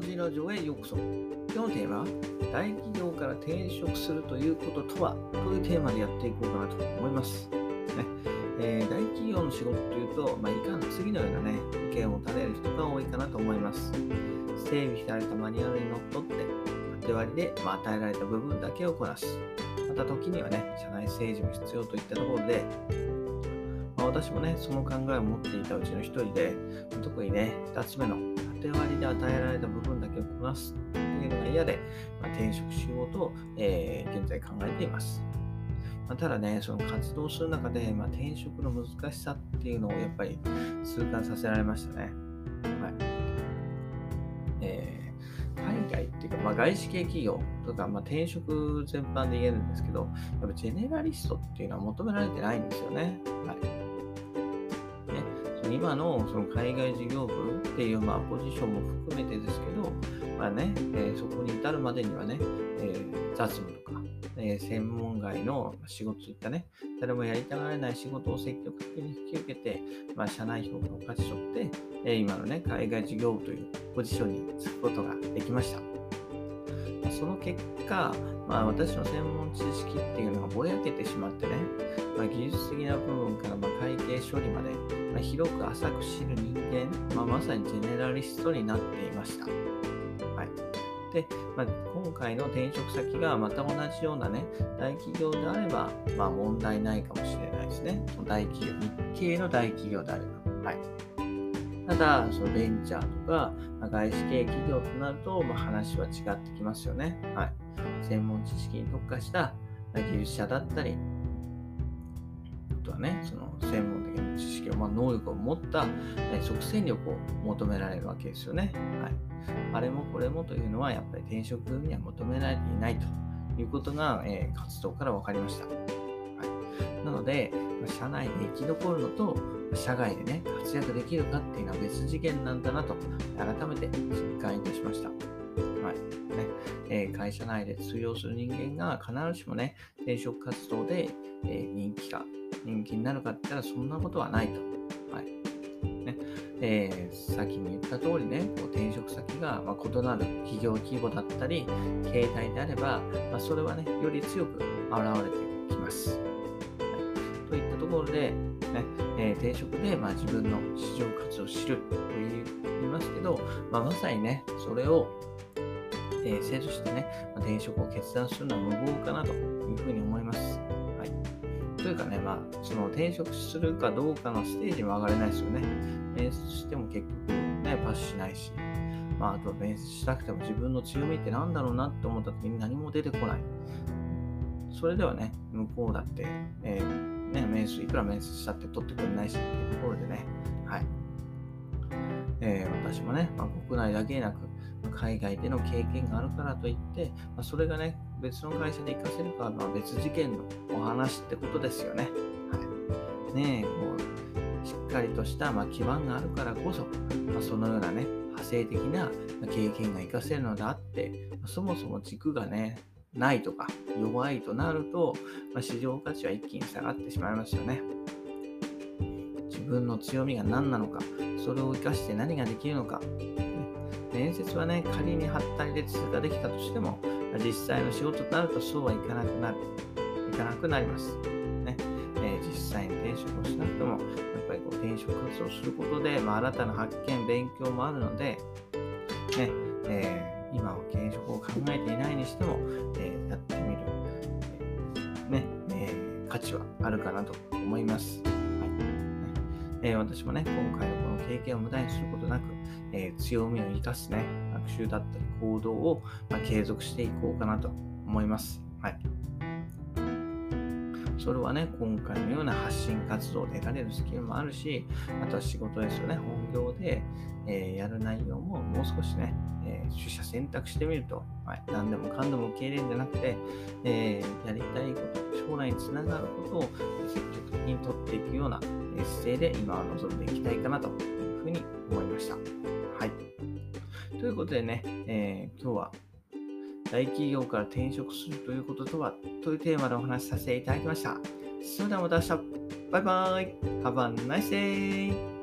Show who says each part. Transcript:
Speaker 1: 字ラジオへようこそ。今日のテーマは、大企業から転職するということとはというテーマでやっていこうかなと思います。大企業の仕事というと、以下の次のような意見を持たれる人が多いかなと思います。整備されたマニュアルにのっとって、縦割りで与えられた部分だけをこなす。また時には社内政治も必要といったところで、私もその考えを持っていたうちの一人で、特に2つ目の縦割りで与えられた部分だけをこなすというのが嫌で、転職しようと、現在考えています。ただその活動する中で、転職の難しさっていうのをやっぱり痛感させられましたね。海外っていうか、外資系企業とか、転職全般で言えるんですけど、やっぱジェネラリストっていうのは求められてないんですよね。今のその海外事業部っていうポジションも含めてですけど、そこに至るまでには雑務とか、専門外の仕事といった誰もやりたがらない仕事を積極的に引き受けて、社内評価を勝ち取って、今の海外事業部というポジションに就くことができました。その結果、私の専門知識っていうのがぼやけてしまって技術的な部分から会計処理まで、広く浅く知る人間、まさにジェネラリストになっていました。で、今回の転職先がまた同じような大企業であれば、問題ないかもしれないですね。大企業、日系の大企業であれば。ただ、そのベンチャーとか、外資系企業となると、話は違ってきますよね。専門知識に特化した技術者だったり、あとはその専門的な知識を、能力を持った即戦力を求められるわけですよね。あれもこれもというのは、やっぱり転職には求められていないということが、活動から分かりました。なので、社内で生き残るのと、社外で活躍できるかっていうのは別次元なんだなと、改めて実感いたしました。会社内で通用する人間が必ずしも転職活動で、人気になるかって言ったらそんなことはないと。先に言った通り転職先が異なる企業規模だったり、形態であれば、それはより強く現れてきます。といったところで、転職で自分の市場価値を知ると言いますけど、まさにそれを制度して転職を決断するのは無謀かなというふうに思います。というかその転職するかどうかのステージも上がれないですよね。面接しても結局パスしないし、あとは面接したくても自分の強みって何だろうなって思った時に何も出てこない。それでは向こうだって、いくら面接したって取ってくれないしっていうところで私も国内だけでなく海外での経験があるからといって、それが別の会社で活かせるかは別次元のお話ってことですよね。もうしっかりとした基盤があるからこそ、そのような派生的な経験が活かせるのであって、そもそも軸がないとか弱いとなると、市場価値は一気に下がってしまいますよね。自分の強みが何なのか、それを活かして何ができるのか。面接は仮にハったりで通過できたとしても、実際の仕事となるとそうはいかなくなります。実際に転職をしなくても、やっぱり転職活動をすることで、新たな発見、勉強もあるので、今は転職を考えていないにしても、やってみる、価値はあるかなと思います。私も今回のこの経験を無駄にすることなく、強みを生かす学習だったり行動を、継続していこうかなと思います。それは今回のような発信活動で得られるスキルもあるし、あとは仕事ですよね。本業で、やる内容ももう少し取捨選択してみると、何でもかんでも受け入れるんじゃなくて、やりたいこと、将来につながることを積極的に取っていくような姿勢で今は臨んでいきたいかなというふうに思いました。ということで今日は大企業から転職するということとはというテーマでお話しさせていただきました。それではまた明日。バイバイ。Have a nice day.